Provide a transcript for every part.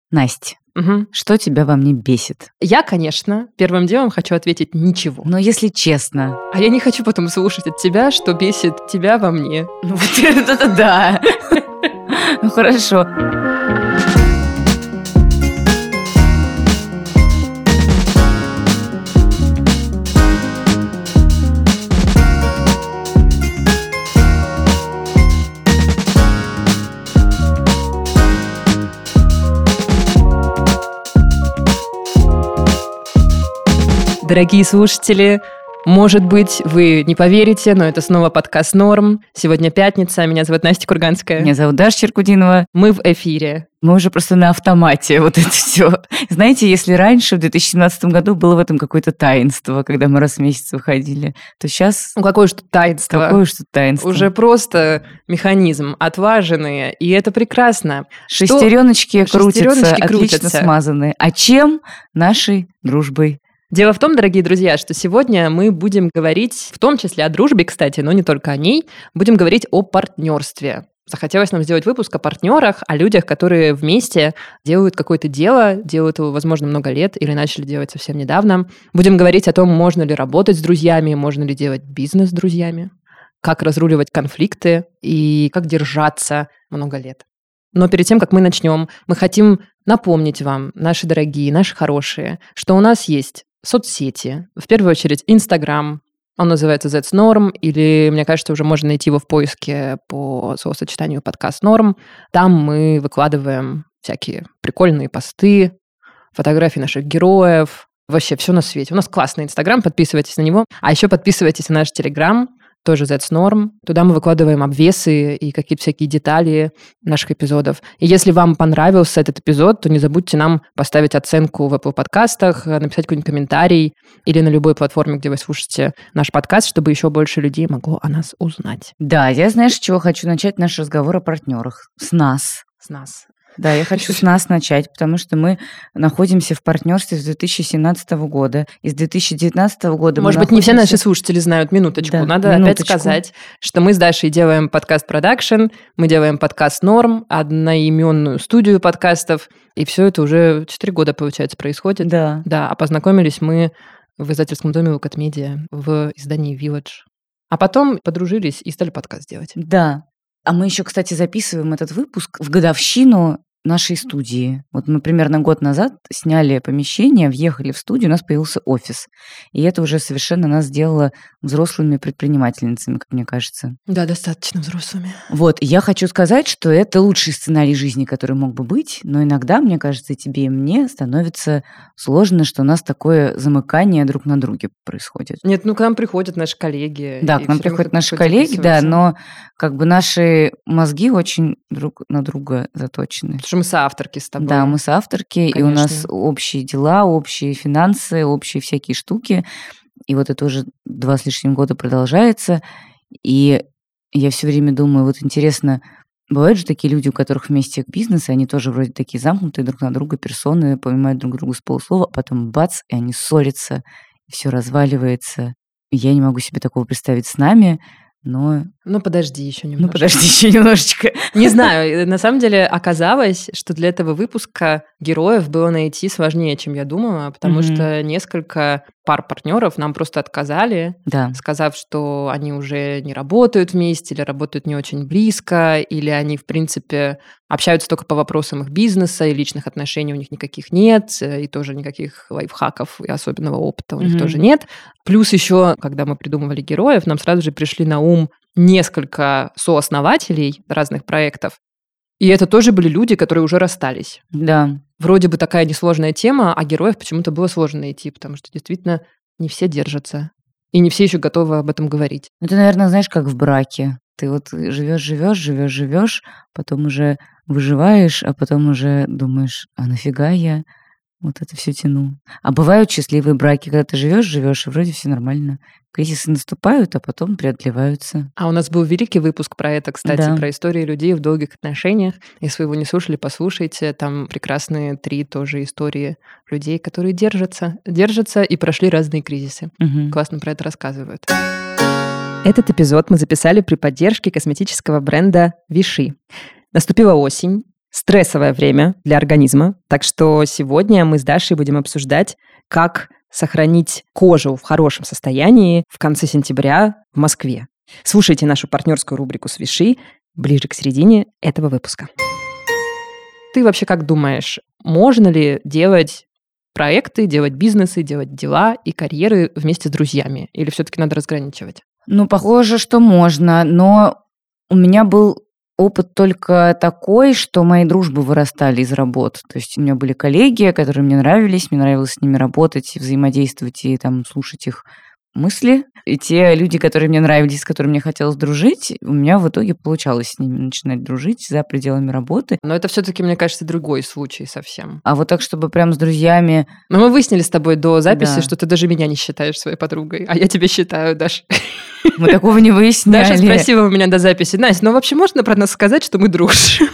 Настя, Угу. что тебя во мне бесит? Я, конечно, первым делом хочу ответить ничего. Но если честно... А я не хочу потом слушать от тебя, что бесит тебя во мне. Ну вот это да. Ну хорошо. Дорогие слушатели, может быть, вы не поверите, но это снова подкаст «Норм». Сегодня пятница, меня зовут Настя Курганская. Меня зовут Даша Черкудинова. Мы в эфире. Мы уже просто на автомате вот это все. Знаете, если раньше, в 2017 году, было в этом какое-то таинство, когда мы раз в месяц выходили, то сейчас... Ну, какое же тут таинство? Какое уж тут таинство. Уже просто механизм, отваженные, и это прекрасно. Шестереночки крутятся, Шестереночки отлично крутятся. смазанные. А чем? Нашей дружбой. Дело в том, дорогие друзья, что сегодня мы будем говорить, в том числе о дружбе, кстати, но не только о ней, будем говорить о партнерстве. Захотелось нам сделать выпуск о партнерах, о людях, которые вместе делают какое-то дело, делают его, возможно, много лет или начали делать совсем недавно. Будем говорить о том, можно ли работать с друзьями, можно ли делать бизнес с друзьями, как разруливать конфликты и как держаться много лет. Но перед тем, как мы начнем, мы хотим напомнить вам, наши дорогие, наши хорошие, что у нас есть соцсети, в первую очередь Инстаграм, он называется That's Norm, или, мне кажется, уже можно найти его в поиске по словосочетанию подкаст Норм. Там мы выкладываем всякие прикольные посты, фотографии наших героев, вообще все на свете. У нас классный Инстаграм, подписывайтесь на него. А еще подписывайтесь на наш Телеграм, тоже That's Norm. Туда мы выкладываем обвесы и какие-то всякие детали наших эпизодов. И если вам понравился этот эпизод, то не забудьте нам поставить оценку в Apple подкастах, написать какой-нибудь комментарий или на любой платформе, где вы слушаете наш подкаст, чтобы еще больше людей могло о нас узнать. Да, я, знаешь, с чего хочу начать наш разговор о партнерах? С нас. С нас. Да, я хочу с нас начать, потому что мы находимся в партнерстве с 2017 года. И с 2019 года Может быть, не все наши слушатели знают, минуточку. Да, Надо минуточку. опять сказать, что мы с Дашей делаем подкаст «Продакшн», мы делаем подкаст «Норм», одноименную студию подкастов, и все это уже 4 года, получается, происходит. Да. Да, а познакомились мы в издательском доме Лукат Медиа, в издании Village. А потом подружились и стали подкаст делать. Да. А мы еще, кстати, записываем этот выпуск в годовщину нашей студии. Вот мы примерно год назад сняли помещение, въехали в студию, у нас появился офис. И это уже совершенно нас сделало взрослыми предпринимательницами, как мне кажется. Да, достаточно взрослыми. Вот, и я хочу сказать, что это лучший сценарий жизни, который мог бы быть, но иногда, мне кажется, и тебе, и мне становится сложно, что у нас такое замыкание друг на друге происходит. Нет, к нам приходят наши коллеги. Да, к нам приходят наши коллеги, да, но как бы наши мозги очень друг на друга заточены. Потому что мы соавторки с тобой. Да, мы соавторки, Конечно. И у нас общие дела, общие финансы, общие всякие штуки. И вот это уже 2 с лишним года продолжается. И я все время думаю, вот интересно, бывают же такие люди, у которых вместе бизнес, и они тоже вроде такие замкнутые друг на друга персоны, понимают друг друга с полуслова, а потом бац, и они ссорятся, и все разваливается. И я не могу себе такого представить с нами, но... Ну, подожди еще немножко. Ну, подожди еще немножечко. Не знаю, на самом деле оказалось, что для этого выпуска героев было найти сложнее, чем я думала, потому что несколько пар партнеров нам просто отказали, Да. сказав, что они уже не работают вместе или работают не очень близко, или они, в принципе, общаются только по вопросам их бизнеса, и личных отношений у них никаких нет, и тоже никаких лайфхаков и особенного опыта у них тоже нет. Плюс еще, когда мы придумывали героев, нам сразу же пришли на ум несколько сооснователей разных проектов. И это тоже были люди, которые уже расстались. Да. Вроде бы такая несложная тема, а героев почему-то было сложно найти, потому что действительно не все держатся. И не все еще готовы об этом говорить. Это, наверное, знаешь, как в браке. Ты вот живешь, потом уже выживаешь, а потом уже думаешь, а нафига я вот это все тяну. А бывают счастливые браки, когда ты живешь, и вроде все нормально. Кризисы наступают, а потом преодолеваются. А у нас был великий выпуск про это, кстати, Да. про истории людей в долгих отношениях. Если вы его не слушали, послушайте. Там прекрасные 3 тоже истории людей, которые держатся и прошли разные кризисы. Классно про это рассказывают. Этот эпизод мы записали при поддержке косметического бренда Vichy. Наступила осень. стрессовое время для организма. Так что сегодня мы с Дашей будем обсуждать, как сохранить кожу в хорошем состоянии в конце сентября в Москве. Слушайте нашу партнерскую рубрику «Свиши» ближе к середине этого выпуска. Ты вообще как думаешь, можно ли делать проекты, делать бизнесы, делать дела и карьеры вместе с друзьями? Или все-таки надо разграничивать? Похоже, что можно, но у меня был опыт только такой, что мои дружбы вырастали из работ. То есть у меня были коллеги, которые мне нравились, мне нравилось с ними работать, взаимодействовать и слушать их мысли. И те люди, которые мне нравились, с которыми мне хотелось дружить, у меня в итоге получалось с ними начинать дружить за пределами работы. Но это все-таки, мне кажется, другой случай совсем. А вот так, чтобы прям с друзьями... Но мы выяснили с тобой до записи, Да. что ты даже меня не считаешь своей подругой, а я тебя считаю, Даша. Мы такого не выясняли. Даша спросила у меня до записи: Настя, вообще можно про нас сказать, что мы дружим?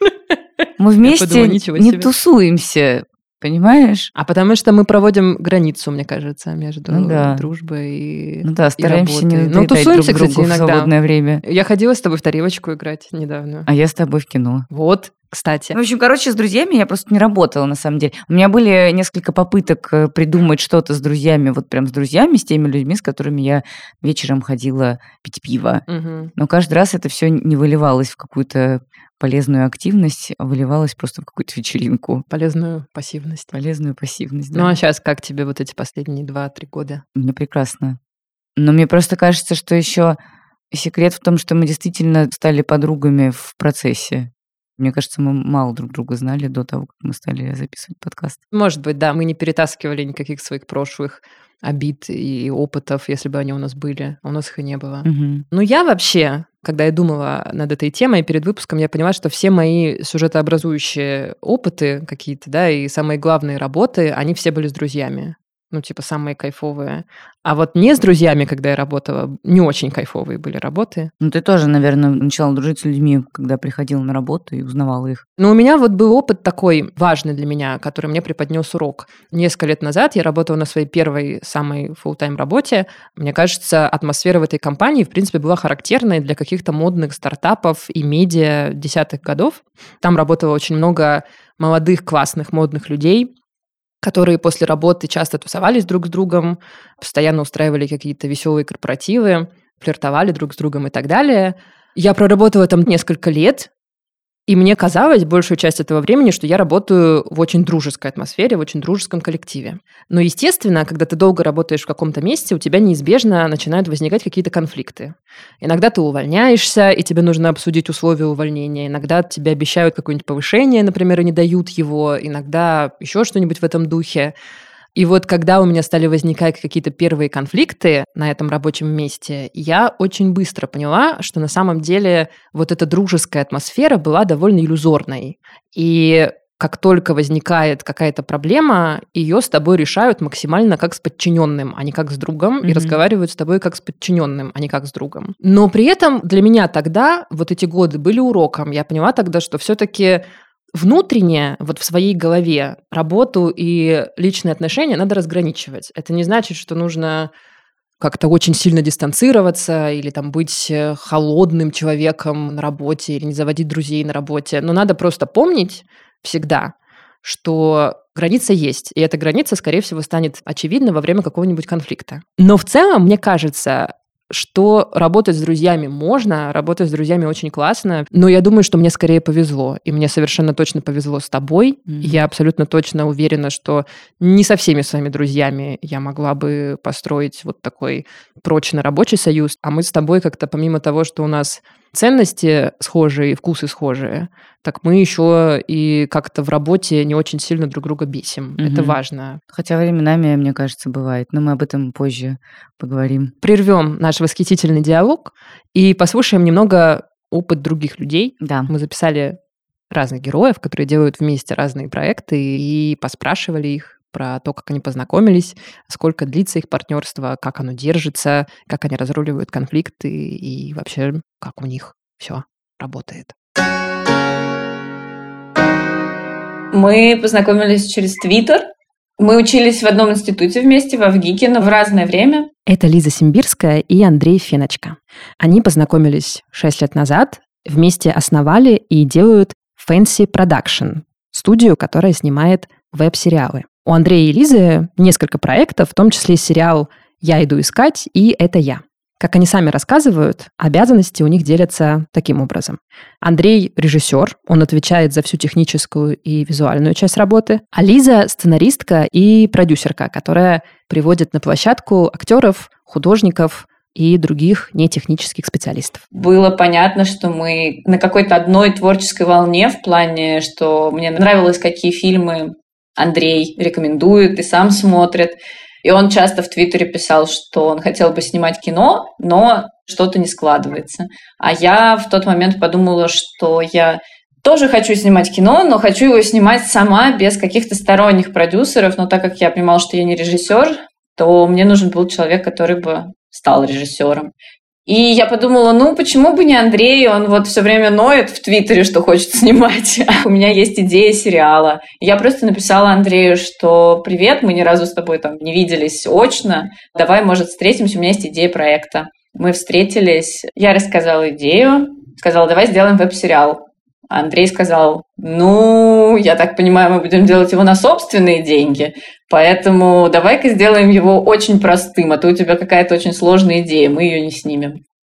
Мы вместе подумала, ничего не себе. Тусуемся, понимаешь? А потому что мы проводим границу, мне кажется, между Да. дружбой и Стараемся не работой. надоедать Тусуемся, друг другу кстати, в иногда. свободное время. Я ходила с тобой в тарелочку играть недавно. А я с тобой в кино. Вот, кстати. В общем, с друзьями я просто не работала, на самом деле. У меня были несколько попыток придумать что-то с друзьями, вот прям с друзьями, с теми людьми, с которыми я вечером ходила пить пиво. Мгм. Но каждый раз это все не выливалось в какую-то полезную активность, а выливалось просто в какую-то вечеринку. Полезную пассивность. Полезную пассивность, да. Ну а сейчас как тебе вот эти последние 2-3 года? Мне прекрасно. Но мне просто кажется, что еще секрет в том, что мы действительно стали подругами в процессе. Мне кажется, мы мало друг друга знали до того, как мы стали записывать подкаст. Может быть, да, мы не перетаскивали никаких своих прошлых обид и опытов, если бы они у нас были. А у нас их и не было. Мгм. Ну, я вообще, когда я думала над этой темой перед выпуском, я поняла, что все мои сюжетообразующие опыты какие-то, да, и самые главные работы, они все были с друзьями. Самые кайфовые. А вот не с друзьями, когда я работала, не очень кайфовые были работы. Ты тоже, наверное, начала дружить с людьми, когда приходила на работу и узнавала их. Но у меня вот был опыт такой важный для меня, который мне преподнес урок. Несколько лет назад я работала на своей первой самой фулл-тайм работе. Мне кажется, атмосфера в этой компании, в принципе, была характерной для каких-то модных стартапов и медиа десятых годов. Там работало очень много молодых, классных, модных людей, которые после работы часто тусовались друг с другом, постоянно устраивали какие-то веселые корпоративы, флиртовали друг с другом и так далее. Я проработала там несколько лет, и мне казалось большую часть этого времени, что я работаю в очень дружеской атмосфере, в очень дружеском коллективе. Но, естественно, когда ты долго работаешь в каком-то месте, у тебя неизбежно начинают возникать какие-то конфликты. Иногда ты увольняешься, и тебе нужно обсудить условия увольнения. Иногда тебе обещают какое-нибудь повышение, например, и не дают его. Иногда еще что-нибудь в этом духе. И вот когда у меня стали возникать какие-то первые конфликты на этом рабочем месте, я очень быстро поняла, что на самом деле вот эта дружеская атмосфера была довольно иллюзорной. И как только возникает какая-то проблема, ее с тобой решают максимально как с подчиненным, а не как с другом, и разговаривают с тобой как с подчиненным, а не как с другом. Но при этом для меня тогда вот эти годы были уроком. Я поняла тогда, что все-таки внутренне, вот в своей голове, работу и личные отношения надо разграничивать. Это не значит, что нужно как-то очень сильно дистанцироваться или быть холодным человеком на работе или не заводить друзей на работе. Но надо просто помнить всегда, что граница есть. И эта граница, скорее всего, станет очевидна во время какого-нибудь конфликта. Но в целом, мне кажется, что работать с друзьями можно, работать с друзьями очень классно, но я думаю, что мне скорее повезло, и мне совершенно точно повезло с тобой. Я абсолютно точно уверена, что не со всеми своими друзьями я могла бы построить вот такой прочный рабочий союз, а мы с тобой как-то помимо того, что у нас ценности схожие, вкусы схожие, так мы еще и как-то в работе не очень сильно друг друга бесим. Это важно. Хотя временами, мне кажется, бывает. Но мы об этом позже поговорим. Прервем наш восхитительный диалог и послушаем немного опыт других людей. Да. Мы записали разных героев, которые делают вместе разные проекты, и поспрашивали их про то, как они познакомились, сколько длится их партнерство, как оно держится, как они разруливают конфликты и вообще, как у них все работает. Мы познакомились через Твиттер. Мы учились в одном институте вместе, во ВГИКе, но в разное время. Это Лиза Симбирская и Андрей Феночка. Они познакомились 6 лет назад, вместе основали и делают Fancy Production, студию, которая снимает веб-сериалы. У Андрея и Лизы несколько проектов, в том числе сериал «Я иду искать» и «Это я». Как они сами рассказывают, обязанности у них делятся таким образом. Андрей – режиссер, он отвечает за всю техническую и визуальную часть работы, а Лиза – сценаристка и продюсерка, которая приводит на площадку актеров, художников и других нетехнических специалистов. Было понятно, что мы на какой-то одной творческой волне в плане, что мне нравилось, какие фильмы Андрей рекомендует и сам смотрит. И он часто в Твиттере писал, что он хотел бы снимать кино, но что-то не складывается. А я в тот момент подумала, что я тоже хочу снимать кино, но хочу его снимать сама, без каких-то сторонних продюсеров. Но так как я понимала, что я не режиссер, то мне нужен был человек, который бы стал режиссером. И я подумала, ну почему бы не Андрей, он вот все время ноет в Твиттере, что хочет снимать. У меня есть идея сериала. Я просто написала Андрею, что привет, мы ни разу с тобой там не виделись очно, давай, может, встретимся, у меня есть идея проекта. Мы встретились, я рассказала идею, сказала, давай сделаем веб-сериал. Андрей сказал, ну, я так понимаю, мы будем делать его на собственные деньги, поэтому давай-ка сделаем его очень простым, а то у тебя какая-то очень сложная идея, мы ее не снимем.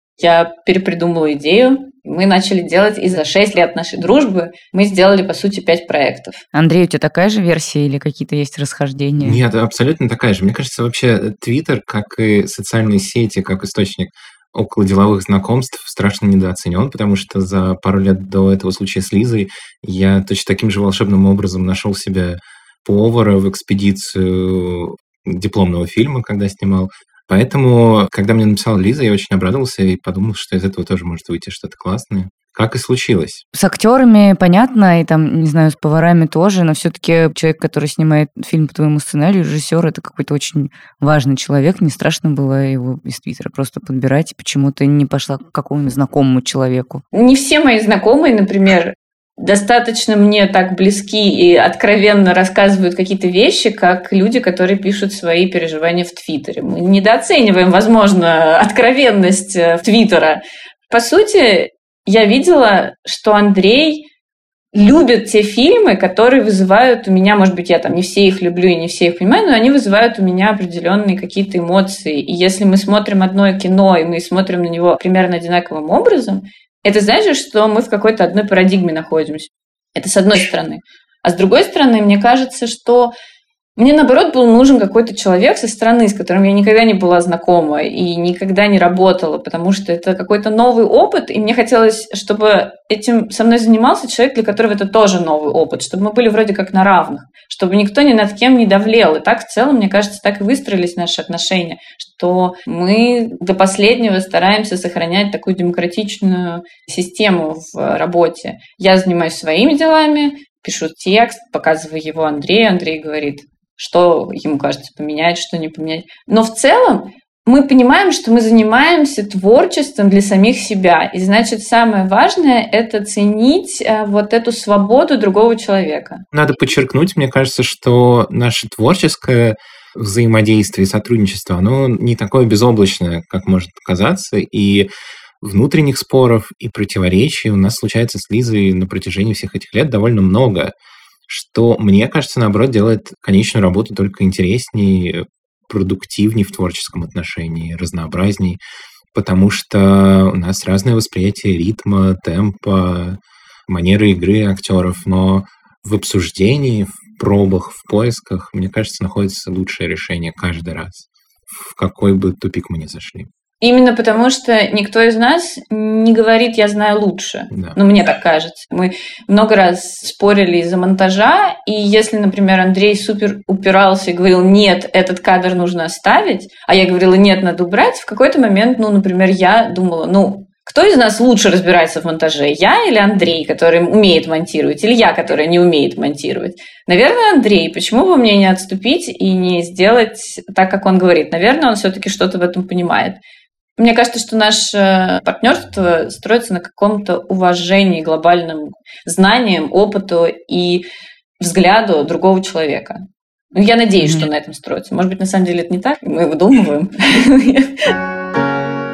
Я перепридумала идею, мы начали делать, и за 6 лет нашей дружбы мы сделали, по сути, 5 проектов. Андрей, у тебя такая же версия или какие-то есть расхождения? Нет, абсолютно такая же. Мне кажется, вообще Твиттер, как и социальные сети, как источник около деловых знакомств, страшно недооценен, потому что за пару лет до этого случая с Лизой я точно таким же волшебным образом нашел себе повара в экспедицию дипломного фильма, когда снимал. Поэтому, когда мне написала Лиза, я очень обрадовался и подумал, что из этого тоже может выйти что-то классное. Как и случилось. С актерами понятно, и там, не знаю, с поварами тоже, но все-таки человек, который снимает фильм по твоему сценарию, режиссер, это какой-то очень важный человек. Не страшно было его из Твиттера просто подбирать, и почему ты не пошла к какому-нибудь знакомому человеку? Не все мои знакомые, например, достаточно мне так близки и откровенно рассказывают какие-то вещи, как люди, которые пишут свои переживания в Твиттере. Мы недооцениваем, возможно, откровенность Твиттера. По сути, я видела, что Андрей любит те фильмы, которые вызывают у меня, может быть, я там не все их люблю и не все их понимаю, но они вызывают у меня определенные какие-то эмоции. И если мы смотрим одно кино, и мы смотрим на него примерно одинаковым образом, это значит, что мы в какой-то одной парадигме находимся. Это с одной стороны. А с другой стороны, мне кажется, что мне, наоборот, был нужен какой-то человек со стороны, с которым я никогда не была знакома и никогда не работала, потому что это какой-то новый опыт, и мне хотелось, чтобы этим со мной занимался человек, для которого это тоже новый опыт, чтобы мы были вроде как на равных, чтобы никто ни над кем не давлел. И так в целом, мне кажется, так и выстроились наши отношения, что мы до последнего стараемся сохранять такую демократичную систему в работе. Я занимаюсь своими делами, пишу текст, показываю его Андрею, Андрей говорит, что ему кажется поменять, что не поменять. Но в целом мы понимаем, что мы занимаемся творчеством для самих себя. И значит, самое важное – это ценить вот эту свободу другого человека. Надо подчеркнуть, мне кажется, что наше творческое взаимодействие и сотрудничество, оно не такое безоблачное, как может показаться, и внутренних споров и противоречий у нас случается с Лизой на протяжении всех этих лет довольно много, что, мне кажется, наоборот, делает конечную работу только интереснее, продуктивнее в творческом отношении, разнообразней, потому что у нас разное восприятие ритма, темпа, манеры игры актеров, но в обсуждении, в пробах, в поисках, мне кажется, находится лучшее решение каждый раз, в какой бы тупик мы ни зашли. Именно потому, что никто из нас не говорит «я знаю лучше». Да. Ну, мне так кажется. Мы много раз спорили из-за монтажа, и если, например, Андрей супер упирался и говорил «нет, этот кадр нужно оставить», а я говорила «нет, надо убрать», в какой-то момент, например, я думала, кто из нас лучше разбирается в монтаже, я или Андрей, который умеет монтировать, или я, которая не умеет монтировать? Наверное, Андрей. Почему бы мне не отступить и не сделать так, как он говорит? Наверное, он все-таки что-то в этом понимает. Мне кажется, что наше партнерство строится на каком-то уважении, глобальным знаниям, опыту и взгляду другого человека. Я надеюсь, что на этом строится. Может быть, на самом деле это не так, мы выдумываем.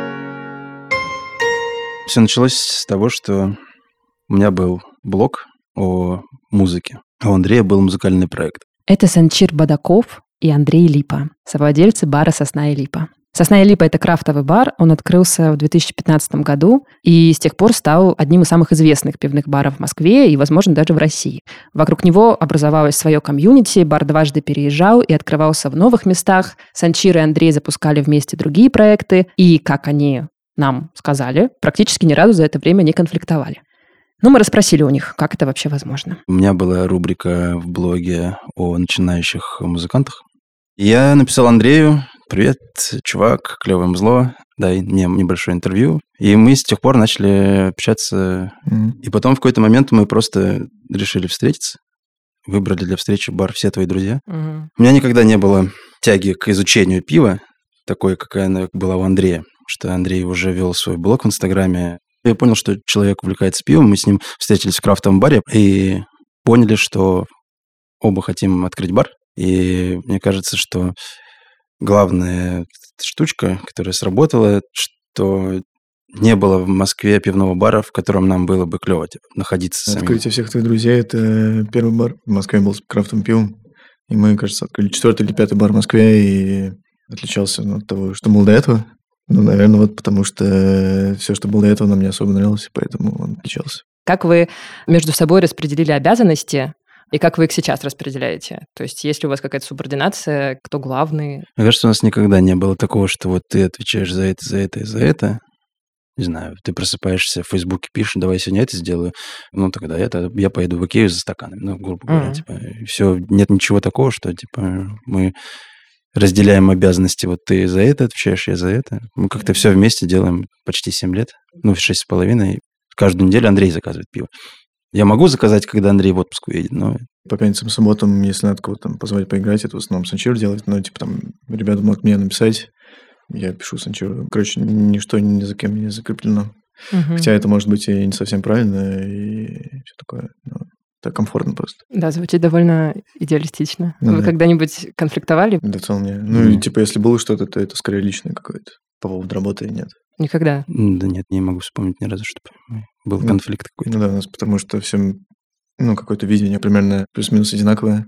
Все началось с того, что у меня был блог о музыке. А у Андрея был музыкальный проект. Это Санчир Бадаков и Андрей Липа, совладельцы бара «Сосна и Липа». «Сосна и Липа» — это крафтовый бар. Он открылся в 2015 году и с тех пор стал одним из самых известных пивных баров в Москве и, возможно, даже в России. Вокруг него образовалось свое комьюнити, бар дважды переезжал и открывался в новых местах. Санчир и Андрей запускали вместе другие проекты и, как они нам сказали, практически ни разу за это время не конфликтовали. Но мы расспросили у них, как это вообще возможно. У меня была рубрика в блоге о начинающих музыкантах. Я написал Андрею: «Привет, чувак, клевое мзло, дай мне небольшое интервью». И мы с тех пор начали общаться. И потом в какой-то момент мы просто решили встретиться. Выбрали для встречи бар «Все твои друзья». У меня никогда не было тяги к изучению пива, такой, какая она была у Андрея, что Андрей уже вел свой блог в Инстаграме. Я понял, что человек увлекается пивом. Мы с ним встретились в крафтовом баре и поняли, что оба хотим открыть бар. И мне кажется, что главная штучка, которая сработала, что не было в Москве пивного бара, в котором нам было бы клево находиться самим. Открытие «Всех твоих друзей» — это первый бар в Москве был с крафтовым пивом. И мы, кажется, открыли 4-й или 5-й бар в Москве и отличался от того, что был до этого. Ну, наверное, вот потому что все, что было до этого, нам не особо нравилось, поэтому он отличался. Как вы между собой распределили обязанности и как вы их сейчас распределяете? То есть есть ли у вас какая-то субординация, кто главный? Мне кажется, у нас никогда не было такого, что вот ты отвечаешь за это, за это и за это. Не знаю, ты просыпаешься, в Фейсбуке пишешь: давай сегодня это сделаю. Ну, тогда я поеду в Икею за стаканами. Ну, грубо говоря, типа, все, нет ничего такого, что, типа, мы разделяем обязанности. Вот ты за это отвечаешь, я за это. Мы как-то все вместе делаем почти 7 лет. Ну, 6,5. Каждую неделю Андрей заказывает пиво. Я могу заказать, когда Андрей в отпуск уедет, но... По пятницам, субботам, если надо кого-то там позвать поиграть, это в основном Санчир делает. Но, типа, там, ребята могут мне написать, я пишу Санчиру. Короче, ничто ни за кем не закреплено. Хотя это может быть и не совсем правильно, и все такое. Но так комфортно просто. Да, звучит довольно идеалистично. Ну, вы да. когда-нибудь конфликтовали? Да, в целом нет. Ну, и, типа, если было что-то, то это скорее личное какое-то. По поводу работы нет. Никогда? Да нет, не могу вспомнить ни разу, чтобы был конфликт какой-то. Ну да, у нас потому что все, какое-то видение примерно плюс-минус одинаковое.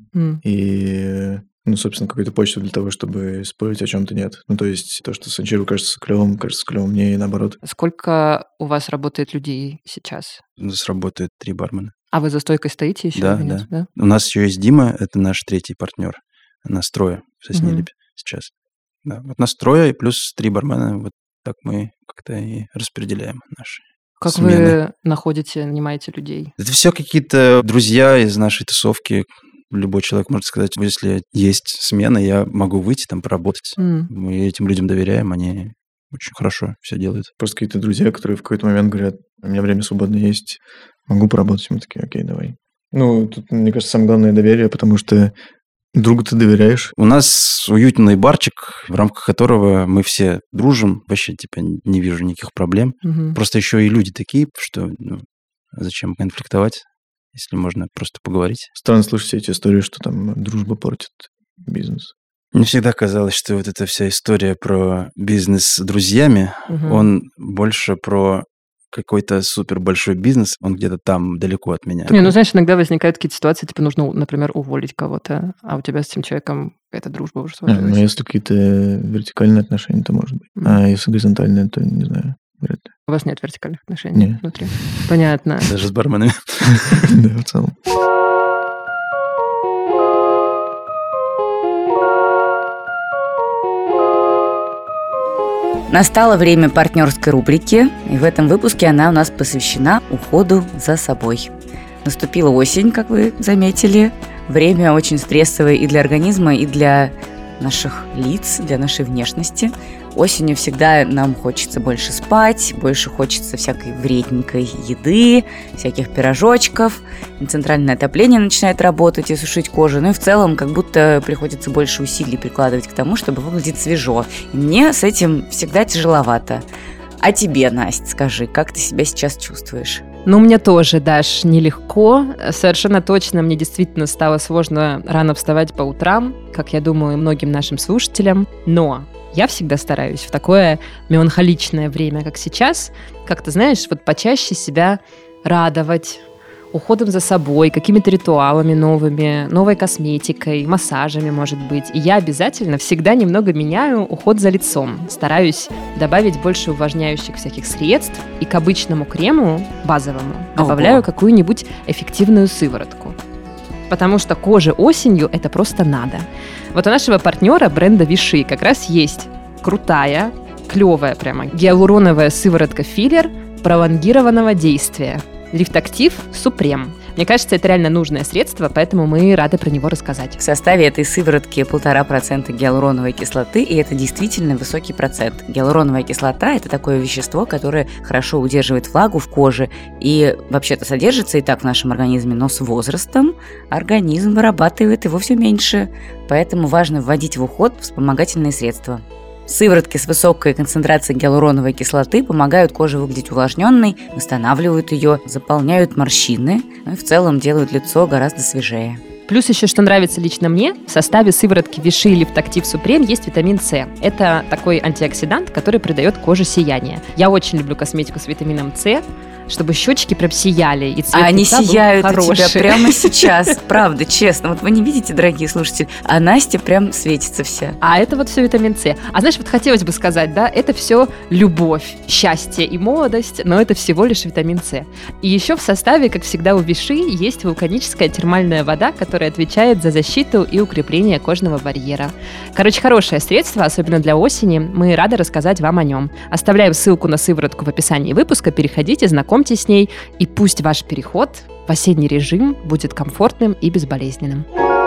И, собственно, какую-то почту для того, чтобы спорить о чем-то нет. Ну, то есть то, что Санчиру кажется клевым мне и наоборот. Сколько у вас работает людей сейчас? У нас работает 3 бармена. А вы за стойкой стоите еще? Да, или нет? да. У нас еще есть Дима, это наш 3-й партнер. Нас 3 в «Сосне и Липе» сейчас. Да, вот нас 3 и плюс 3 бармена. Вот так мы как-то и распределяем наши Как смены. вы нанимаете людей? Это все какие-то друзья из нашей тусовки. Любой человек может сказать: если есть смена, я могу выйти там поработать. Мы этим людям доверяем, они очень хорошо все делают. Просто какие-то друзья, которые в какой-то момент говорят: у меня время свободное есть, могу поработать. Мы такие: окей, давай. Тут, мне кажется, самое главное доверие, потому что другу ты доверяешь. У нас уютный барчик, в рамках которого мы все дружим. Вообще, типа, не вижу никаких проблем. Просто еще и люди такие, что зачем конфликтовать, если можно просто поговорить. Странно слышать все эти истории, что там дружба портит бизнес. Мне всегда казалось, что вот эта вся история про бизнес с друзьями, он больше про какой-то супер большой бизнес, он где-то там далеко от меня. Знаешь, иногда возникают какие-то ситуации, типа нужно, например, уволить кого-то, а у тебя с этим человеком какая-то дружба уже сложилась. Если какие-то вертикальные отношения, то может быть. А если горизонтальные, то не знаю, вряд ли. У вас нет вертикальных отношений внутри? Понятно. Даже с барменами? Да, в целом. Настало время партнерской рубрики, и в этом выпуске она у нас посвящена уходу за собой. Наступила осень, как вы заметили. Время очень стрессовое и для организма, и для наших лиц, для нашей внешности. Осенью всегда нам хочется больше спать, больше хочется всякой вредненькой еды, всяких пирожочков. И центральное отопление начинает работать и сушить кожу. Ну и в целом как будто приходится больше усилий прикладывать к тому, чтобы выглядеть свежо. И мне с этим всегда тяжеловато. А тебе, Настя, скажи, как ты себя сейчас чувствуешь? Мне тоже, Даш, нелегко. Совершенно точно мне действительно стало сложно рано вставать по утрам, как я думаю, и многим нашим слушателям. Но я всегда стараюсь в такое меланхоличное время, как сейчас, как-то, знаешь, вот почаще себя радовать, уходом за собой, какими-то ритуалами новыми, новой косметикой, массажами, может быть. И я обязательно всегда немного меняю уход за лицом. Стараюсь добавить больше увлажняющих всяких средств и к обычному крему, базовому, добавляю какую-нибудь эффективную сыворотку. Потому что коже осенью это просто надо. Вот у нашего партнера бренда Vichy как раз есть крутая, клевая прямо гиалуроновая сыворотка-филлер пролонгированного действия. Лифтактив Supreme. Мне кажется, это реально нужное средство, поэтому мы рады про него рассказать. В составе этой сыворотки 1,5% гиалуроновой кислоты, и это действительно высокий процент. Гиалуроновая кислота – это такое вещество, которое хорошо удерживает влагу в коже и вообще-то содержится и так в нашем организме, но с возрастом организм вырабатывает его все меньше, поэтому важно вводить в уход вспомогательные средства. Сыворотки с высокой концентрацией гиалуроновой кислоты помогают коже выглядеть увлажненной, восстанавливают ее, заполняют морщины, и в целом делают лицо гораздо свежее. Плюс еще, что нравится лично мне, в составе сыворотки Vichy Лифтактив Supreme есть витамин С. Это такой антиоксидант, который придает коже сияние. Я очень люблю косметику с витамином С, чтобы щечки прям сияли, и цвет они лица сияют был у тебя хороший. прямо сейчас, правда, честно. Вот вы не видите, дорогие слушатели, а Настя прям светится вся. А это вот все витамин С. А знаешь, вот хотелось бы сказать, да, это все любовь, счастье и молодость, но это всего лишь витамин С. И еще в составе, как всегда у Vichy, есть вулканическая термальная вода, которая отвечает за защиту и укрепление кожного барьера. Короче, хорошее средство, особенно для осени. Мы рады рассказать вам о нем. Оставляем ссылку на сыворотку в описании выпуска, переходите, знакомьтесь с ней, и пусть ваш переход в осенний режим будет комфортным и безболезненным.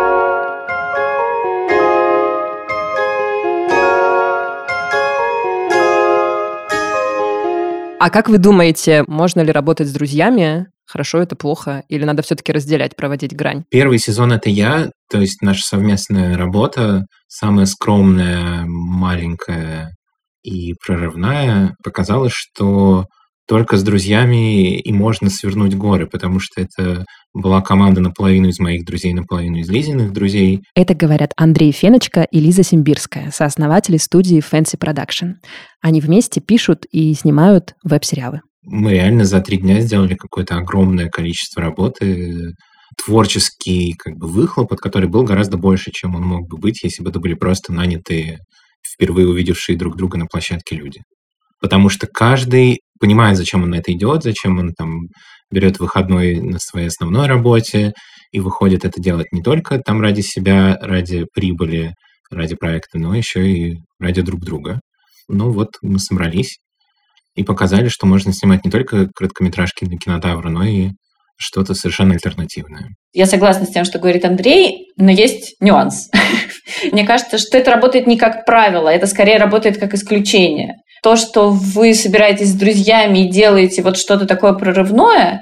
А как вы думаете, можно ли работать с друзьями? Хорошо это, плохо? Или надо все-таки разделять, проводить грань? Первый сезон — это я, то есть наша совместная работа, самая скромная, маленькая и прорывная, показала, что только с друзьями и можно свернуть горы, потому что это была команда наполовину из моих друзей, наполовину из Лизиных друзей. Это говорят Андрей Феночка и Лиза Симбирская, сооснователи студии Fancy Production. Они вместе пишут и снимают веб-сериалы. Мы реально за 3 дня сделали какое-то огромное количество работы, творческий выхлоп, от который был гораздо больше, чем он мог бы быть, если бы это были просто нанятые, впервые увидевшие друг друга на площадке люди. Потому что каждый понимает, зачем он на это идет, зачем он там берет выходной на своей основной работе и выходит это делать не только там ради себя, ради прибыли, ради проекта, но еще и ради друг друга. Ну вот мы собрались и показали, что можно снимать не только короткометражки для Кинотавра, но и что-то совершенно альтернативное. Я согласна с тем, что говорит Андрей, но есть нюанс. Мне кажется, что это работает не как правило, это скорее работает как исключение. То, что вы собираетесь с друзьями и делаете вот что-то такое прорывное,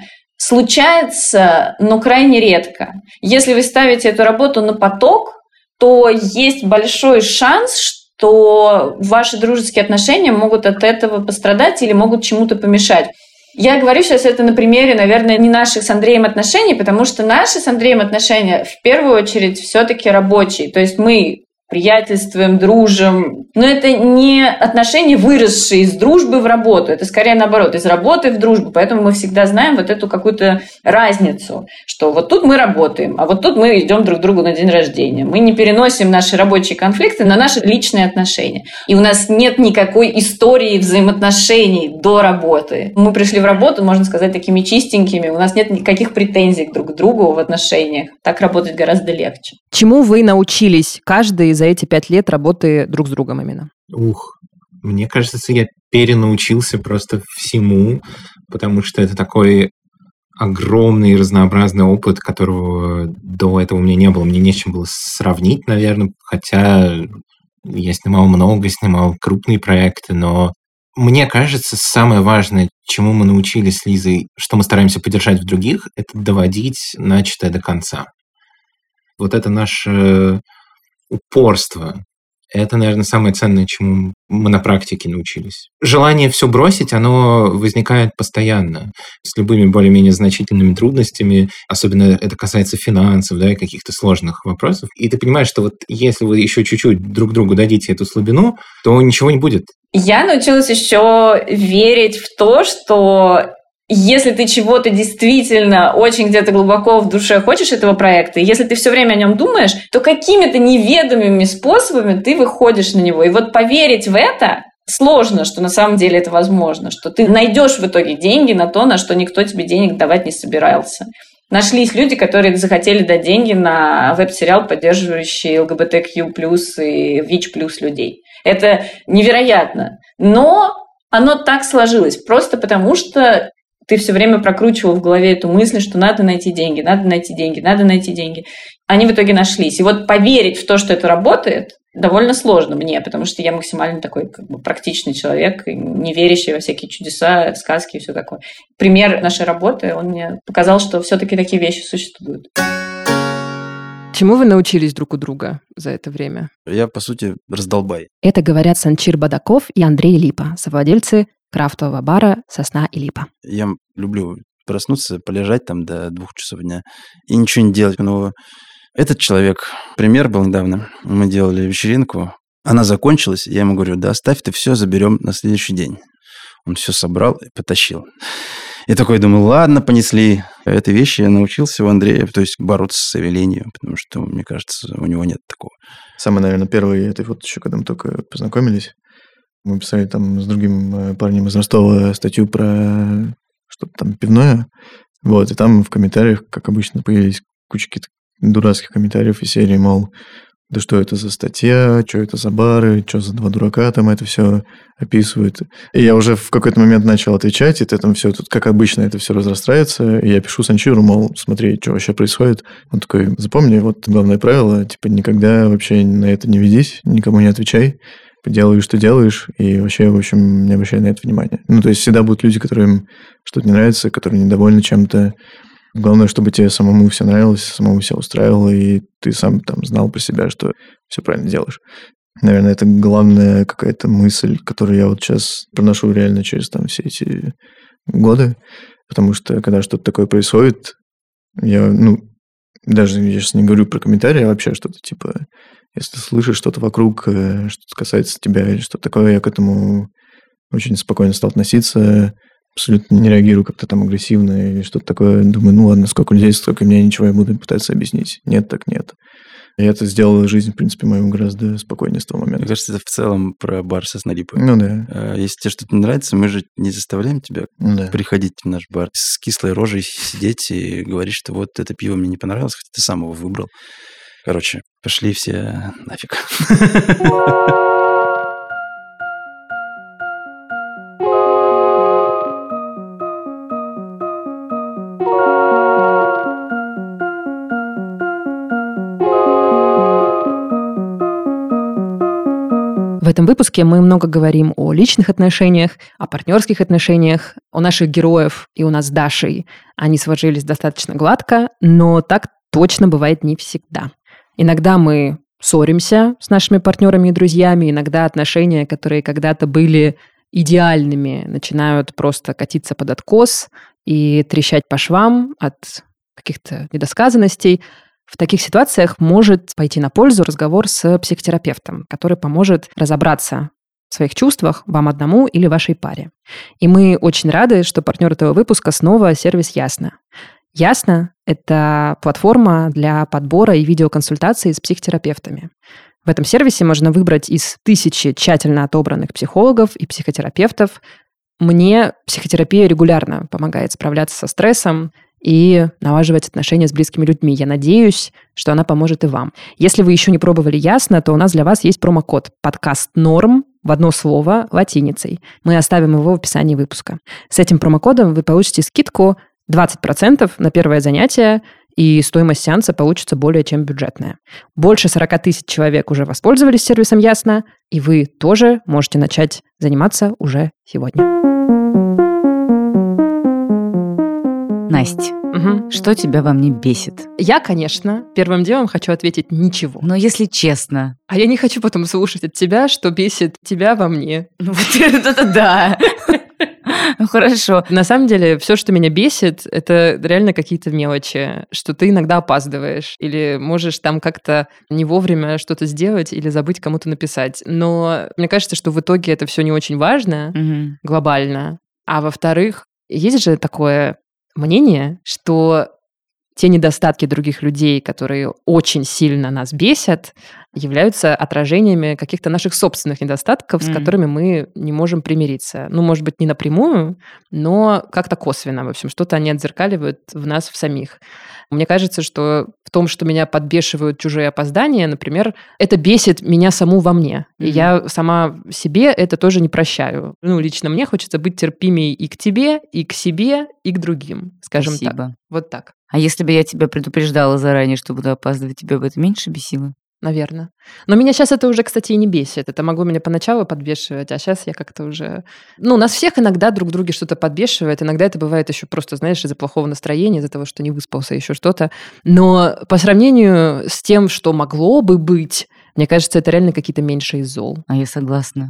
случается, но крайне редко. Если вы ставите эту работу на поток, то есть большой шанс, что ваши дружеские отношения могут от этого пострадать или могут чему-то помешать. Я говорю сейчас это на примере, наверное, не наших с Андреем отношений, потому что наши с Андреем отношения в первую очередь все-таки рабочие. То есть мы приятельствуем, дружим. Но это не отношения, выросшие из дружбы в работу. Это скорее наоборот, из работы в дружбу. Поэтому мы всегда знаем вот эту какую-то разницу, что вот тут мы работаем, а вот тут мы идем друг к другу на день рождения. Мы не переносим наши рабочие конфликты на наши личные отношения. И у нас нет никакой истории взаимоотношений до работы. Мы пришли в работу, можно сказать, такими чистенькими. У нас нет никаких претензий друг к другу в отношениях. Так работать гораздо легче. Чему вы научились каждый за эти 5 лет работы друг с другом именно? Мне кажется, я перенаучился просто всему, потому что это такой огромный и разнообразный опыт, которого до этого у меня не было. Мне не с чем было сравнить, наверное, хотя я снимал крупные проекты, но мне кажется, самое важное, чему мы научились с Лизой, что мы стараемся поддержать в других, это доводить начатое до конца. Вот это наше упорство. Это, наверное, самое ценное, чему мы на практике научились. Желание все бросить, оно возникает постоянно, с любыми более-менее значительными трудностями, особенно это касается финансов, да, и каких-то сложных вопросов. И ты понимаешь, что вот если вы еще чуть-чуть друг другу дадите эту слабину, то ничего не будет. Я научилась еще верить в то, что если ты чего-то действительно очень где-то глубоко в душе хочешь этого проекта, и если ты все время о нем думаешь, то какими-то неведомыми способами ты выходишь на него. И вот поверить в это сложно, что на самом деле это возможно, что ты найдешь в итоге деньги на то, на что никто тебе денег давать не собирался. Нашлись люди, которые захотели дать деньги на веб-сериал, поддерживающий ЛГБТQ+, и ВИЧ+ людей. Это невероятно. Но оно так сложилось, просто потому что ты все время прокручивал в голове эту мысль, что надо найти деньги, надо найти деньги, надо найти деньги. Они в итоге нашлись. И вот поверить в то, что это работает, довольно сложно мне, потому что я максимально такой практичный человек, не верящий во всякие чудеса, сказки и все такое. Пример нашей работы, он мне показал, что все-таки такие вещи существуют. Чему вы научились друг у друга за это время? Я, по сути, раздолбай. Это говорят Санчир Бадаков и Андрей Липа, совладельцы крафтового бара «Сосна и Липа». Я люблю проснуться, полежать там до 2 часов дня и ничего не делать. Но этот человек, пример был недавно, мы делали вечеринку, она закончилась, я ему говорю, да оставь ты все, заберем на следующий день. Он все собрал и потащил. Я такой думаю, ладно, понесли. Этой вещи я научился у Андрея, то есть бороться с ленью, потому что, мне кажется, у него нет такого. Самый, наверное, первый, это вот еще когда мы только познакомились, мы писали там с другим парнем из Ростова статью про что-то там пивное. Вот, и там в комментариях, как обычно, появились куча каких-то дурацких комментариев из серии, мол, да что это за статья, что это за бары, что за два дурака там это все описывают. И я уже в какой-то момент начал отвечать, и там все, тут как обычно это все разрастается, и я пишу Санчиру, мол, смотри, что вообще происходит. Он такой, запомни, вот главное правило, типа никогда вообще на это не ведись, никому не отвечай, делай, что делаешь, и вообще, в общем, не обращай на это внимания. Ну, то есть всегда будут люди, которым что-то не нравится, которые недовольны чем-то. Главное, чтобы тебе самому все нравилось, самому все устраивало, и ты сам там знал про себя, что все правильно делаешь. Наверное, это главная какая-то мысль, которую я вот сейчас проношу реально через там все эти годы, потому что когда что-то такое происходит, я, даже я сейчас не говорю про комментарии, а вообще что-то типа, если слышишь что-то вокруг, что-то касается тебя или что-то такое, я к этому очень спокойно стал относиться, абсолютно не реагирую как-то там агрессивно или что-то такое. Думаю, ладно, сколько людей, столько меня, ничего, я буду пытаться объяснить. Нет, так нет. И это сделало жизнь, в принципе, мою гораздо спокойнее с того момента. Мне кажется, это в целом про бар «Сосна и Липа». Ну да. Если тебе что-то не нравится, мы же не заставляем тебя приходить в наш бар с кислой рожей, сидеть и говорить, что вот это пиво мне не понравилось, хотя ты сам его выбрал. Короче, пошли все нафиг. В этом выпуске мы много говорим о личных отношениях, о партнерских отношениях, о наших героев и у нас с Дашей. Они сложились достаточно гладко, но так точно бывает не всегда. Иногда мы ссоримся с нашими партнерами и друзьями, иногда отношения, которые когда-то были идеальными, начинают просто катиться под откос и трещать по швам от каких-то недосказанностей. В таких ситуациях может пойти на пользу разговор с психотерапевтом, который поможет разобраться в своих чувствах вам одному или вашей паре. И мы очень рады, что партнер этого выпуска снова сервис Ясно. Ясно – это платформа для подбора и видеоконсультаций с психотерапевтами. В этом сервисе можно выбрать из 1000 тщательно отобранных психологов и психотерапевтов. Мне психотерапия регулярно помогает справляться со стрессом и налаживать отношения с близкими людьми. Я надеюсь, что она поможет и вам. Если вы еще не пробовали Ясно, то у нас для вас есть промокод «Подкаст Норм» в одно слово латиницей. Мы оставим его в описании выпуска. С этим промокодом вы получите скидку 20% на первое занятие, и стоимость сеанса получится более чем бюджетная. Больше 40 000 человек уже воспользовались сервисом Ясно, и вы тоже можете начать заниматься уже сегодня. Настя, что тебя во мне бесит? Я, конечно, первым делом хочу ответить ничего. Но если честно... А я не хочу потом слушать от тебя, что бесит тебя во мне. Ну вот это да. Ну хорошо. На самом деле, все, что меня бесит, это реально какие-то мелочи, что ты иногда опаздываешь или можешь там как-то не вовремя что-то сделать или забыть кому-то написать. Но мне кажется, что в итоге это все не очень важно глобально. А во-вторых, Есть же такое мнение, что те недостатки других людей, которые очень сильно нас бесят, являются отражениями каких-то наших собственных недостатков, с которыми мы не можем примириться. Ну, может быть, не напрямую, но как-то косвенно. В общем, что-то они отзеркаливают в нас в самих. Мне кажется, что в том, что меня подбешивают чужие опоздания, например, это бесит меня саму во мне. И я сама себе это тоже не прощаю. Ну, лично мне хочется быть терпимей и к тебе, и к себе, и к другим, скажем Спасибо. так. Вот так. А если бы я тебя предупреждала заранее, что буду опаздывать, тебя бы это меньше бесило? Наверное. Но меня сейчас это уже, кстати, и не бесит. Это могло меня поначалу подбешивать, а сейчас я как-то уже... Ну, нас всех иногда друг друге что-то подбешивает. Иногда это бывает еще просто, знаешь, из-за плохого настроения, из-за того, что не выспался, еще что-то. Но по сравнению с тем, что могло бы быть, мне кажется, это реально какие-то меньшие зол. А я согласна.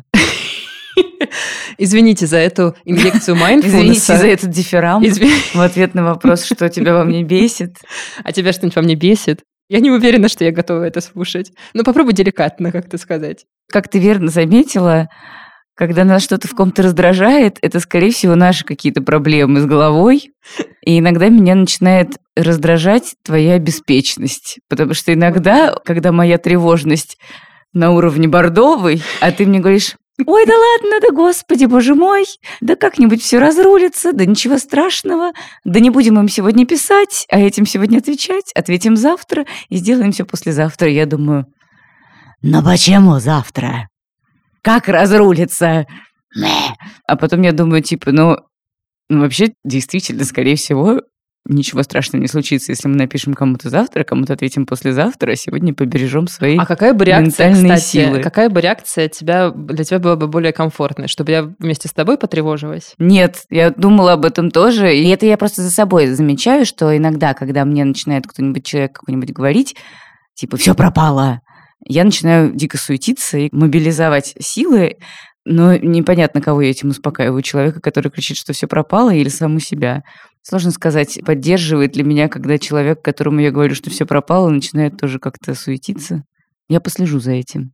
Извините за эту инъекцию mindfulness. Извините за этот дифферамп в ответ на вопрос, что тебя во мне бесит. А тебя что-нибудь во мне бесит? Я не уверена, что я готова это слушать. Но попробуй деликатно как-то сказать. Как ты верно заметила, когда нас что-то в ком-то раздражает, это, скорее всего, наши какие-то проблемы с головой. И иногда меня начинает раздражать твоя беспечность. Потому что иногда, когда моя тревожность на уровне бордовый, а ты мне говоришь: ой, да ладно, да господи, боже мой, да как-нибудь все разрулится, да ничего страшного, да не будем им сегодня писать, а этим сегодня отвечать, ответим завтра и сделаем все послезавтра. Я думаю: но почему завтра? Как разрулится? А потом я думаю, типа, ну вообще, действительно, скорее всего, ничего страшного не случится, если мы напишем кому-то завтра, кому-то ответим послезавтра, а сегодня побережем свои А какая бы реакция, ментальные кстати, силы. какая бы реакция для тебя была бы более комфортной? Чтобы я вместе с тобой потревожилась? Нет, я думала об этом тоже, и это я просто за собой замечаю, что иногда, когда мне начинает кто-нибудь, человек какой-нибудь говорить, типа, все пропало, я начинаю дико суетиться и мобилизовать силы, но непонятно, кого я этим успокаиваю. Человека, который кричит, что все пропало, или саму себя. Сложно сказать, поддерживает ли меня, когда человек, которому я говорю, что все пропало, начинает тоже как-то суетиться. Я послежу за этим.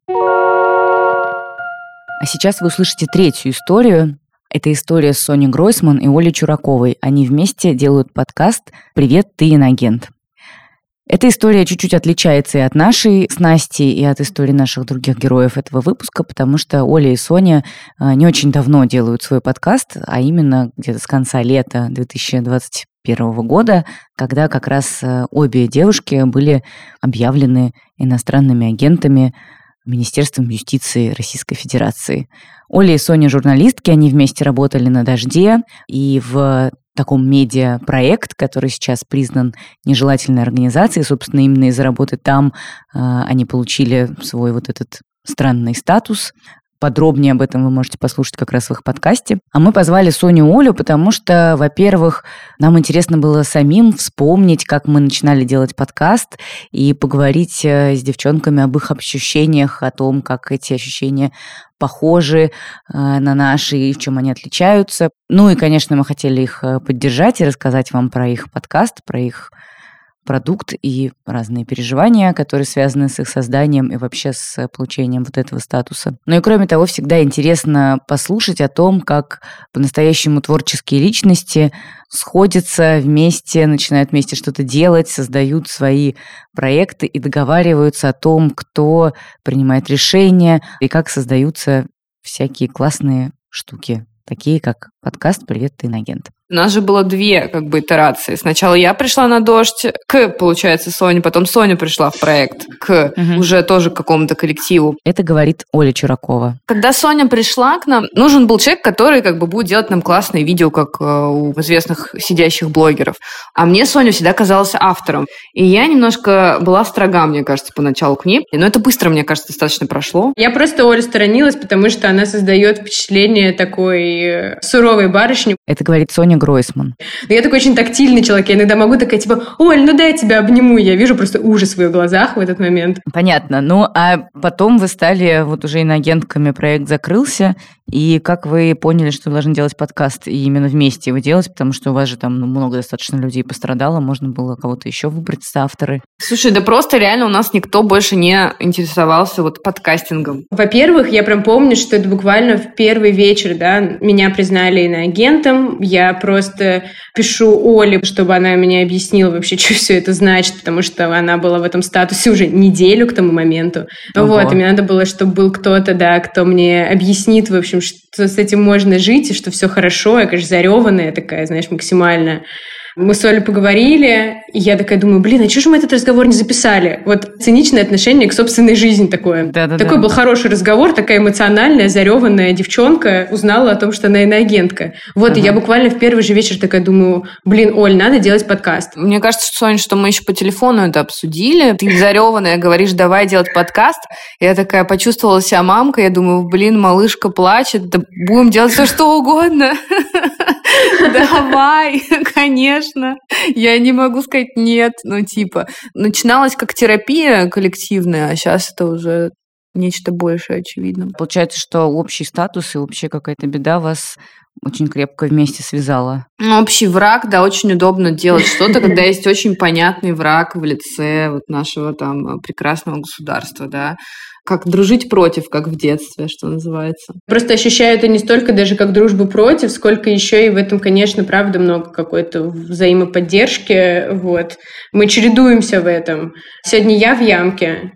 А сейчас вы услышите третью историю. Это история с Соней Гройсман и Олей Чураковой. Они вместе делают подкаст «Привет, ты иноагент». Эта история чуть-чуть отличается и от нашей с Настей, и от истории наших других героев этого выпуска, потому что Оля и Соня не очень давно делают свой подкаст, а именно где-то с конца лета 2021 года, когда как раз обе девушки были объявлены иностранными агентами Министерством юстиции Российской Федерации. Оля и Соня журналистки, они вместе работали на «Дожде», и в таком медиапроект, который сейчас признан нежелательной организацией, собственно, именно из-за работы там они получили свой вот этот странный статус. Подробнее об этом вы можете послушать как раз в их подкасте. А мы позвали Соню и Олю, потому что, во-первых, нам интересно было самим вспомнить, как мы начинали делать подкаст, и поговорить с девчонками об их ощущениях, о том, как эти ощущения похожи на наши и в чем они отличаются. Ну и, конечно, мы хотели их поддержать и рассказать вам про их подкаст, про их продукт и разные переживания, которые связаны с их созданием и вообще с получением вот этого статуса. Ну и кроме того, всегда интересно послушать о том, как по-настоящему творческие личности сходятся вместе, начинают вместе что-то делать, создают свои проекты и договариваются о том, кто принимает решения и как создаются всякие классные штуки, такие как подкаст «Привет, ты иноагент». У нас же было две итерации. Сначала я пришла на «Дождь» получается, Соне, потом Соня пришла в проект уже тоже к какому-то коллективу. Это говорит Оля Чуракова. Когда Соня пришла к нам, нужен был человек, который будет делать нам классные видео, как у известных сидящих блогеров. А мне Соня всегда казалась автором. И я немножко была строга, мне кажется, поначалу к ней. Но это быстро, мне кажется, достаточно прошло. Я просто Олю сторонилась, потому что она создает впечатление такой суровой барышни. Это говорит Соня Гройсман. Но я такой очень тактильный человек. Я иногда могу такая, типа, Оль, ну дай я тебя обниму. Я вижу просто ужас в ее глазах в этот момент. Понятно. Ну, а потом вы стали уже иноагентками, проект закрылся. И как вы поняли, что должны делать подкаст и именно вместе его делать? Потому что у вас же там много достаточно людей пострадало. Можно было кого-то еще выбрать с авторы. Слушай, да просто реально у нас никто больше не интересовался подкастингом. Во-первых, я прям помню, что это буквально в первый вечер, да, меня признали иноагентом. Я просто пишу Оле, чтобы она мне объяснила вообще, что все это значит, потому что она была в этом статусе уже неделю к тому моменту. Вот, и мне надо было, чтобы был кто-то, да, кто мне объяснит, в общем, что с этим можно жить, и что все хорошо. Я, конечно, зареванная такая, знаешь, максимально. Мы с Олей поговорили, и я такая думаю, а что же мы этот разговор не записали? Вот циничное отношение к собственной жизни такое. Такой был хороший разговор, такая эмоциональная, зареванная девчонка узнала о том, что она иноагентка. Вот, и я буквально в первый же вечер такая думаю, Оль, надо делать подкаст. Мне кажется, Соня, что мы еще по телефону это обсудили. Ты зареванная говоришь, давай делать подкаст. Я такая почувствовала себя мамкой, я думаю, малышка плачет, да будем делать все, что угодно. Давай, конечно. Я не могу сказать нет. Начиналась как терапия коллективная, а сейчас это уже нечто большее, очевидно. Получается, что общий статус и вообще какая-то беда вас очень крепко вместе связала. Общий враг, да, очень удобно делать что-то, когда есть очень понятный враг в лице нашего прекрасного государства, да. Как дружить против, как в детстве, что называется. Просто ощущаю это не столько даже как дружбу против, сколько еще и в этом, конечно, правда много какой-то взаимоподдержки. Вот. Мы чередуемся в этом. Сегодня я в ямке.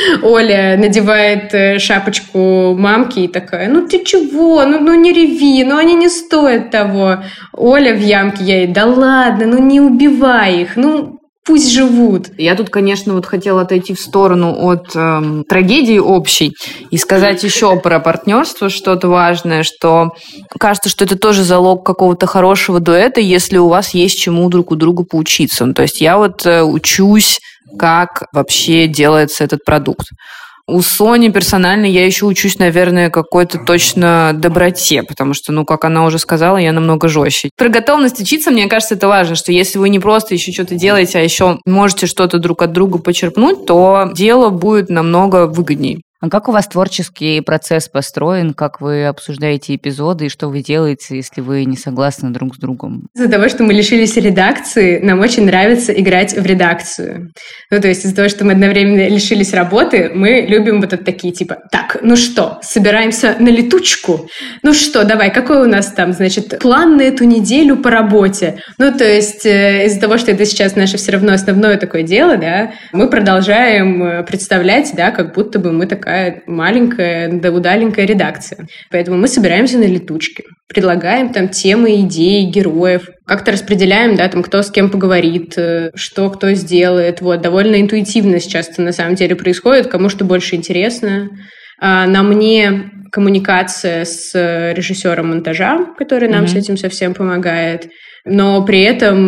Оля надевает шапочку мамки и такая, ты чего, не реви, они не стоят того. Оля в ямке, я ей, да ладно, не убивай их, пусть живут. Я тут, конечно, хотела отойти в сторону от трагедии общей и сказать еще про партнерство что-то важное, что кажется, что это тоже залог какого-то хорошего дуэта, если у вас есть чему друг у друга поучиться. То есть я учусь, как вообще делается этот продукт. У Сони персонально я еще учусь, наверное, какой-то точно доброте, потому что, как она уже сказала, я намного жестче. Про готовность учиться, мне кажется, это важно, что если вы не просто еще что-то делаете, а еще можете что-то друг от друга почерпнуть, то дело будет намного выгоднее. А как у вас творческий процесс построен? Как вы обсуждаете эпизоды? И что вы делаете, если вы не согласны друг с другом? Из-за того, что мы лишились редакции, нам очень нравится играть в редакцию. То есть из-за того, что мы одновременно лишились работы, мы любим такие, так, что, собираемся на летучку? Давай, какой у нас там, план на эту неделю по работе? То есть из-за того, что это сейчас наше все равно основное такое дело, да, мы продолжаем представлять, да, как будто бы мы такая маленькая, да удаленькая редакция. Поэтому мы собираемся на летучке, предлагаем там темы, идеи, героев, как-то распределяем, да, кто с кем поговорит, что кто сделает. Довольно интуитивно сейчас это на самом деле происходит, кому что больше интересно. На мне коммуникация с режиссером монтажа, который нам с этим совсем помогает. Но при этом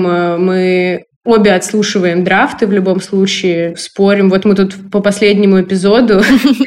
мы обе отслушиваем драфты в любом случае, спорим. Мы тут по последнему эпизоду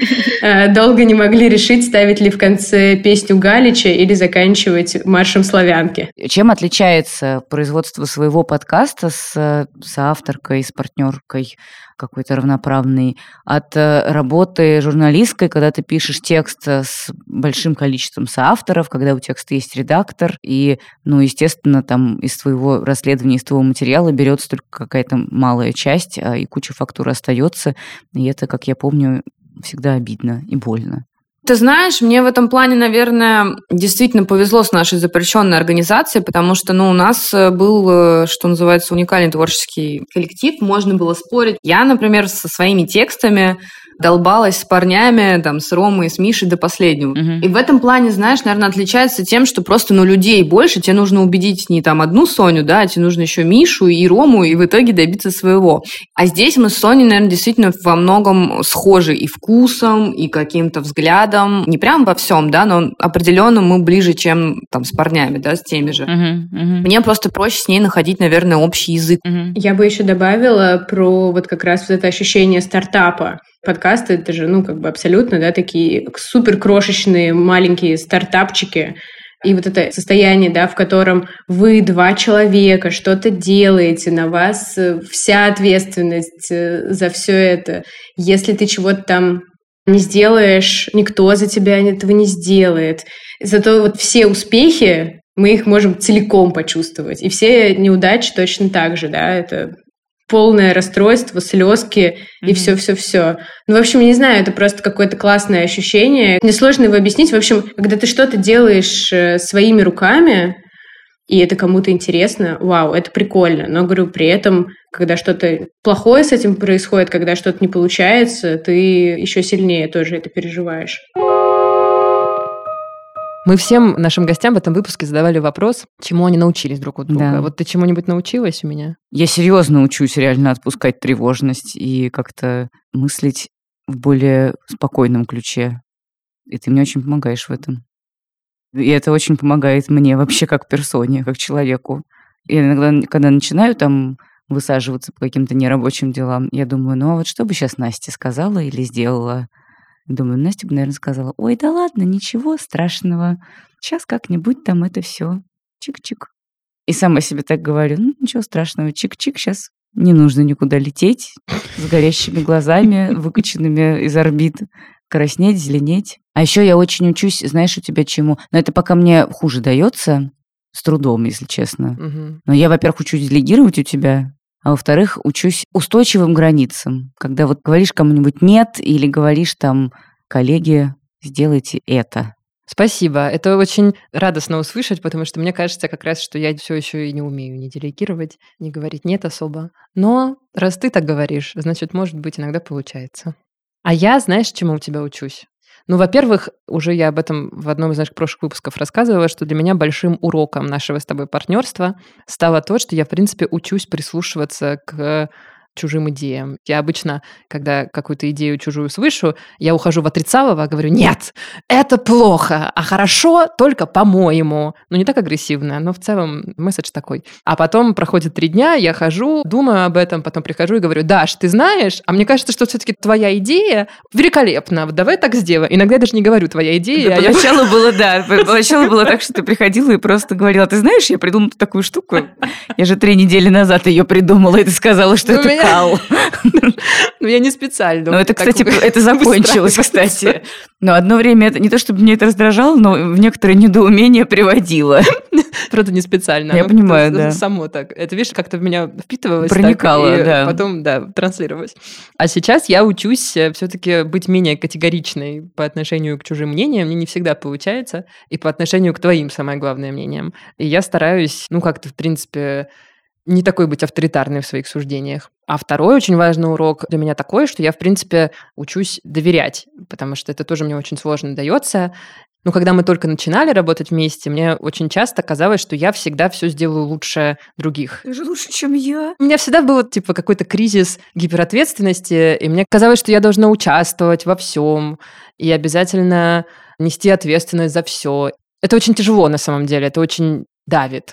долго не могли решить, ставить ли в конце песню Галича или заканчивать маршем славянки. Чем отличается производство своего подкаста с соавторкой, с партнеркой какой-то равноправный от работы журналистской, когда ты пишешь текст с большим количеством соавторов, когда у текста есть редактор, и, естественно, там из твоего расследования, из твоего материала берется только какая-то малая часть, и куча фактур остается, и это, как я помню, всегда обидно и больно. Ты знаешь, мне в этом плане, наверное, действительно повезло с нашей запрещенной организацией, потому что, у нас был, что называется, уникальный творческий коллектив, можно было спорить. Я, например, со своими текстами долбалась с парнями, с Ромой, с Мишей до последнего. И в этом плане, знаешь, наверное, отличается тем, что просто, людей больше, тебе нужно убедить не одну Соню, да, а тебе нужно еще Мишу и Рому, и в итоге добиться своего. А здесь мы с Соней, наверное, действительно во многом схожи и вкусом, и каким-то взглядом. Не прям во всем, да, но определенно мы ближе, чем с парнями, да, с теми же. Мне просто проще с ней находить, наверное, общий язык. Я бы еще добавила про как раз это ощущение стартапа. Подкасты — это же, абсолютно, да, такие супер крошечные маленькие стартапчики. И это состояние, да, в котором вы, 2 человека, что-то делаете, на вас вся ответственность за все это. Если ты чего-то там не сделаешь, никто за тебя этого не сделает. Зато все успехи, мы их можем целиком почувствовать. И все неудачи точно так же, да, это полное расстройство, слезки и все-все-все. В общем, я не знаю, это просто какое-то классное ощущение. Мне сложно его объяснить. В общем, когда ты что-то делаешь своими руками, и это кому-то интересно, вау, это прикольно. Но, говорю, при этом, когда что-то плохое с этим происходит, когда что-то не получается, ты еще сильнее тоже это переживаешь. Мы всем нашим гостям в этом выпуске задавали вопрос, чему они научились друг от друга. Да. Вот ты чему-нибудь научилась у меня? Я серьезно учусь реально отпускать тревожность и как-то мыслить в более спокойном ключе. И ты мне очень помогаешь в этом. И это очень помогает мне вообще как персоне, как человеку. Я иногда, когда начинаю там высаживаться по каким-то нерабочим делам, я думаю, ну а вот что бы сейчас Настя сказала или сделала? Думаю, Настя бы, наверное, сказала, ой, да ладно, ничего страшного. Сейчас как-нибудь там это все чик-чик. И сама себе так говорю, ну ничего страшного, чик-чик, сейчас не нужно никуда лететь с горящими глазами, выкачанными из орбит, краснеть, зеленеть. А еще я очень учусь, знаешь, у тебя чему? Но это пока мне хуже дается, с трудом, если честно. Угу. Но я, во-первых, учусь делегировать у тебя, а во-вторых, учусь устойчивым границам. Когда вот говоришь кому-нибудь «нет» или говоришь там «коллеги, сделайте это». Спасибо. Это очень радостно услышать, потому что мне кажется как раз, что я все еще и не умею ни делегировать, ни говорить «нет» особо. Но раз ты так говоришь, значит, может быть, иногда получается. А я, знаешь, чему у тебя учусь? Ну, во-первых, уже я об этом в одном из наших прошлых выпусков рассказывала, что для меня большим уроком нашего с тобой партнерства стало то, что я, в принципе, учусь прислушиваться к чужим идеям. Я обычно, когда какую-то идею чужую слышу, я ухожу в отрицалово, говорю, нет, это плохо, а хорошо только по-моему. Ну, не так агрессивно, но в целом месседж такой. А потом проходит 3 дня, я хожу, думаю об этом, потом прихожу и говорю, Даш, ты знаешь, а мне кажется, что все-таки твоя идея великолепна, давай так сделаем. Иногда я даже не говорю твоя идея. Поначалу было, да, поначалу было так, что ты приходила и просто говорила, ты знаешь, я придумала такую штуку, я же 3 недели назад ее придумала, и ты сказала, что это кал. Ну, я не специально. Ну, это, кстати, это закончилось, кстати. Но одно время, это не то, чтобы меня это раздражало, но в некоторое недоумение приводило. Правда, не специально. Я понимаю, да. Само так. Это, видишь, как-то в меня впитывалось. Проникало, так, и да. потом, да, транслировалось. А сейчас я учусь все-таки быть менее категоричной по отношению к чужим мнениям. Мне не всегда получается. И по отношению к твоим, самое главное, мнениям. И я стараюсь, ну, как-то, в принципе, не такой быть авторитарной в своих суждениях. А второй очень важный урок для меня такой, что я, в принципе, учусь доверять, потому что это тоже мне очень сложно дается. Но когда мы только начинали работать вместе, мне очень часто казалось, что я всегда все сделаю лучше других. Ты же лучше, чем я. У меня всегда был типа какой-то кризис гиперответственности, и мне казалось, что я должна участвовать во всем и обязательно нести ответственность за все. Это очень тяжело на самом деле, это очень давит.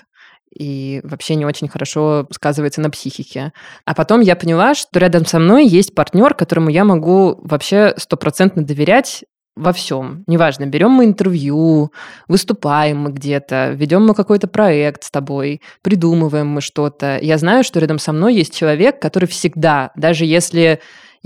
И вообще не очень хорошо сказывается на психике. А потом я поняла, что рядом со мной есть партнер, которому я могу вообще 100% доверять во всем. Неважно, берем мы интервью, выступаем мы где-то, ведем мы какой-то проект с тобой, придумываем мы что-то. Я знаю, что рядом со мной есть человек, который всегда, даже если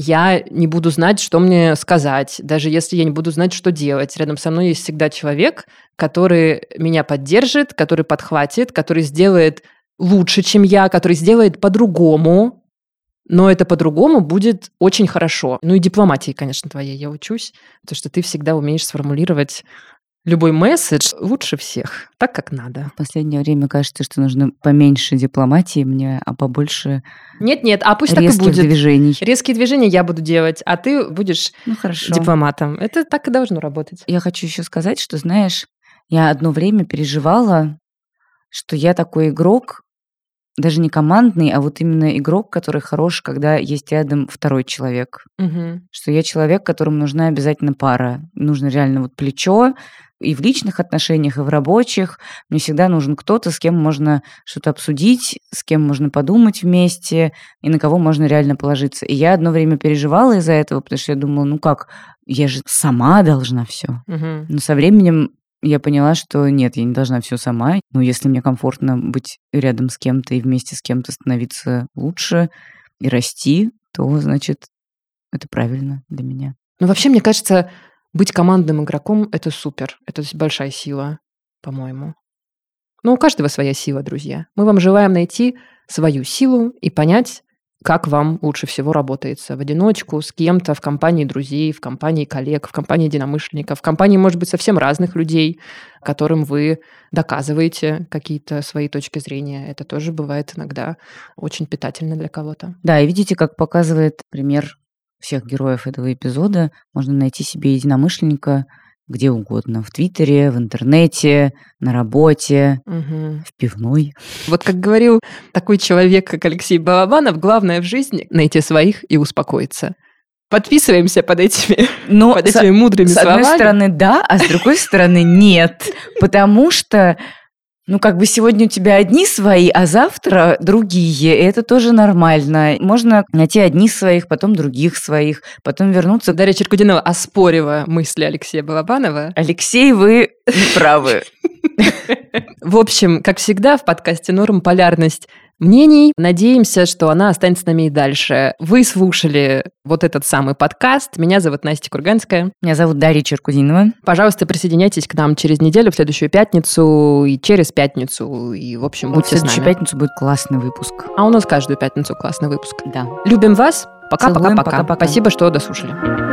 я не буду знать, что мне сказать, даже если я не буду знать, что делать. Рядом со мной есть всегда человек, который меня поддержит, который подхватит, который сделает лучше, чем я, который сделает по-другому, но это по-другому будет очень хорошо. Ну и дипломатии, конечно, твоей я учусь, потому что ты всегда умеешь сформулировать любой месседж лучше всех, так, как надо. В последнее время кажется, что нужно поменьше дипломатии мне, а побольше Нет, а пусть так и резких будет. движений. Резкие движения я буду делать, а ты будешь дипломатом. Это так и должно работать. Я хочу еще сказать, что, знаешь, я одно время переживала, что я такой игрок, даже не командный, а вот именно игрок, который хорош, когда есть рядом второй человек. Угу. Что я человек, которому нужна обязательно пара. Нужно реально вот плечо, и в личных отношениях, и в рабочих. Мне всегда нужен кто-то, с кем можно что-то обсудить, с кем можно подумать вместе, и на кого можно реально положиться. И я одно время переживала из-за этого, потому что я думала, ну как, я же сама должна все. Угу. Но со временем я поняла, что нет, я не должна все сама. Но если мне комфортно быть рядом с кем-то и вместе с кем-то становиться лучше и расти, то, значит, это правильно для меня. Ну, вообще, мне кажется, быть командным игроком – это супер. Это большая сила, по-моему. Но у каждого своя сила, друзья. Мы вам желаем найти свою силу и понять, как вам лучше всего работается? В одиночку, с кем-то, в компании друзей, в компании коллег, в компании единомышленников, в компании, может быть, совсем разных людей, которым вы доказываете какие-то свои точки зрения. Это тоже бывает иногда очень питательно для кого-то. Да, и видите, как показывает пример всех героев этого эпизода, можно найти себе единомышленника где угодно. В Твиттере, в интернете, на работе, в пивной. Вот как говорил такой человек, как Алексей Балабанов, главное в жизни найти своих и успокоиться. Подписываемся под этими мудрыми словами. С одной стороны, да, а с другой стороны, нет. Потому что сегодня у тебя одни свои, а завтра другие. И это тоже нормально. Можно найти одни своих, потом других своих, потом вернуться. Дарья Черкудинова, оспоривая мысли Алексея Балабанова. Алексей, вы не правы. В общем, как всегда, в подкасте «Норм» полярность мнений. Надеемся, что она останется с нами и дальше. Вы слушали вот этот самый подкаст. Меня зовут Настя Курганская. Меня зовут Дарья Черкудинова. Пожалуйста, присоединяйтесь к нам через неделю, в следующую пятницу и через пятницу. И, в общем, будьте с нами. В следующую пятницу будет классный выпуск. А у нас каждую пятницу классный выпуск. Да. Любим вас. Пока-пока-пока. Пока-пока. Спасибо, что дослушали.